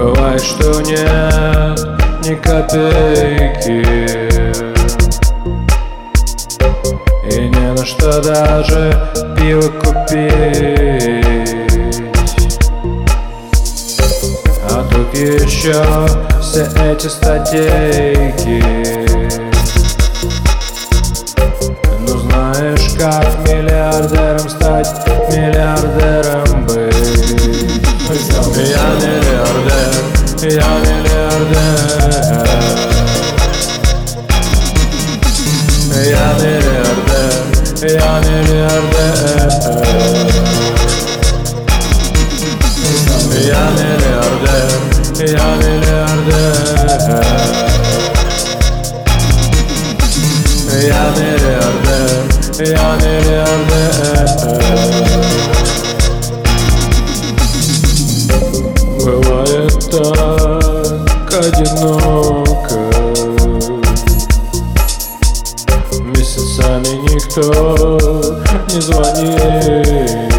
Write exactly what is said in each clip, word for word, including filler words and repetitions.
Бывает, что нет ни копейки, и не на что даже пиво купить. А тут еще все эти статейки. Ну знаешь, как миллиардером стать, миллиардером быть. Я миллиардер, я миллиардер. Я миллиардер, я миллиардер. Я миллиардер, я миллиардер. Я миллиардер, я миллиардер. Бывает так одиноко, месяцами никто не звонит.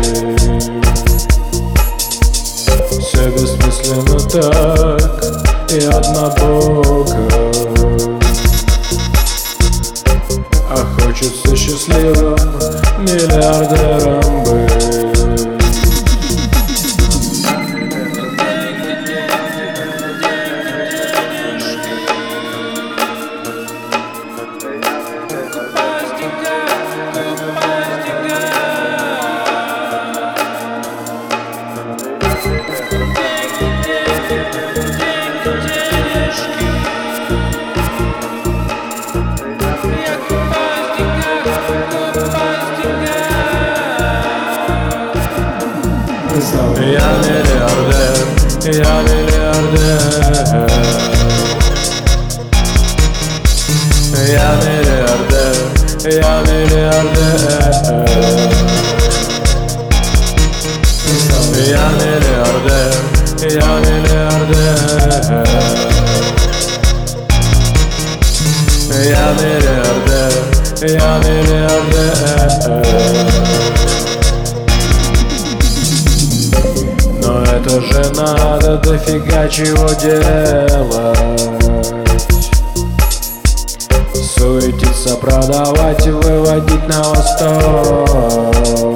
Все бессмысленно так и однобоко, а хочется счастливым миллиардером быть. Я миллиардер, я миллиардер. Я миллиардер, я миллиардер. Я миллиардер, я миллиардер. Я миллиардер, я миллиардер. Но это же надо дофига чего делать. Суетиться, продавать и выводить на восток.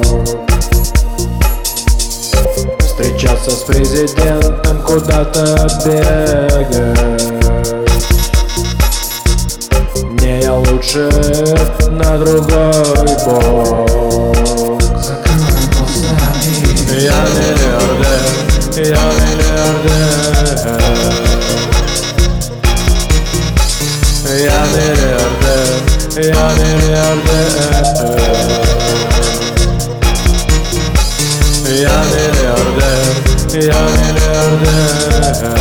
Встречаться с президентом, куда-то бегать. Не, я лучше на другой бок. Я миллиардер, я миллиардер. Я миллиардер, я миллиардер. Я миллиардер, я миллиардер.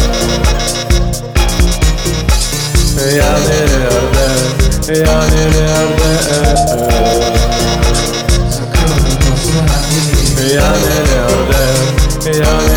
Я миллиардер, я миллиардер. Я миллиардер, я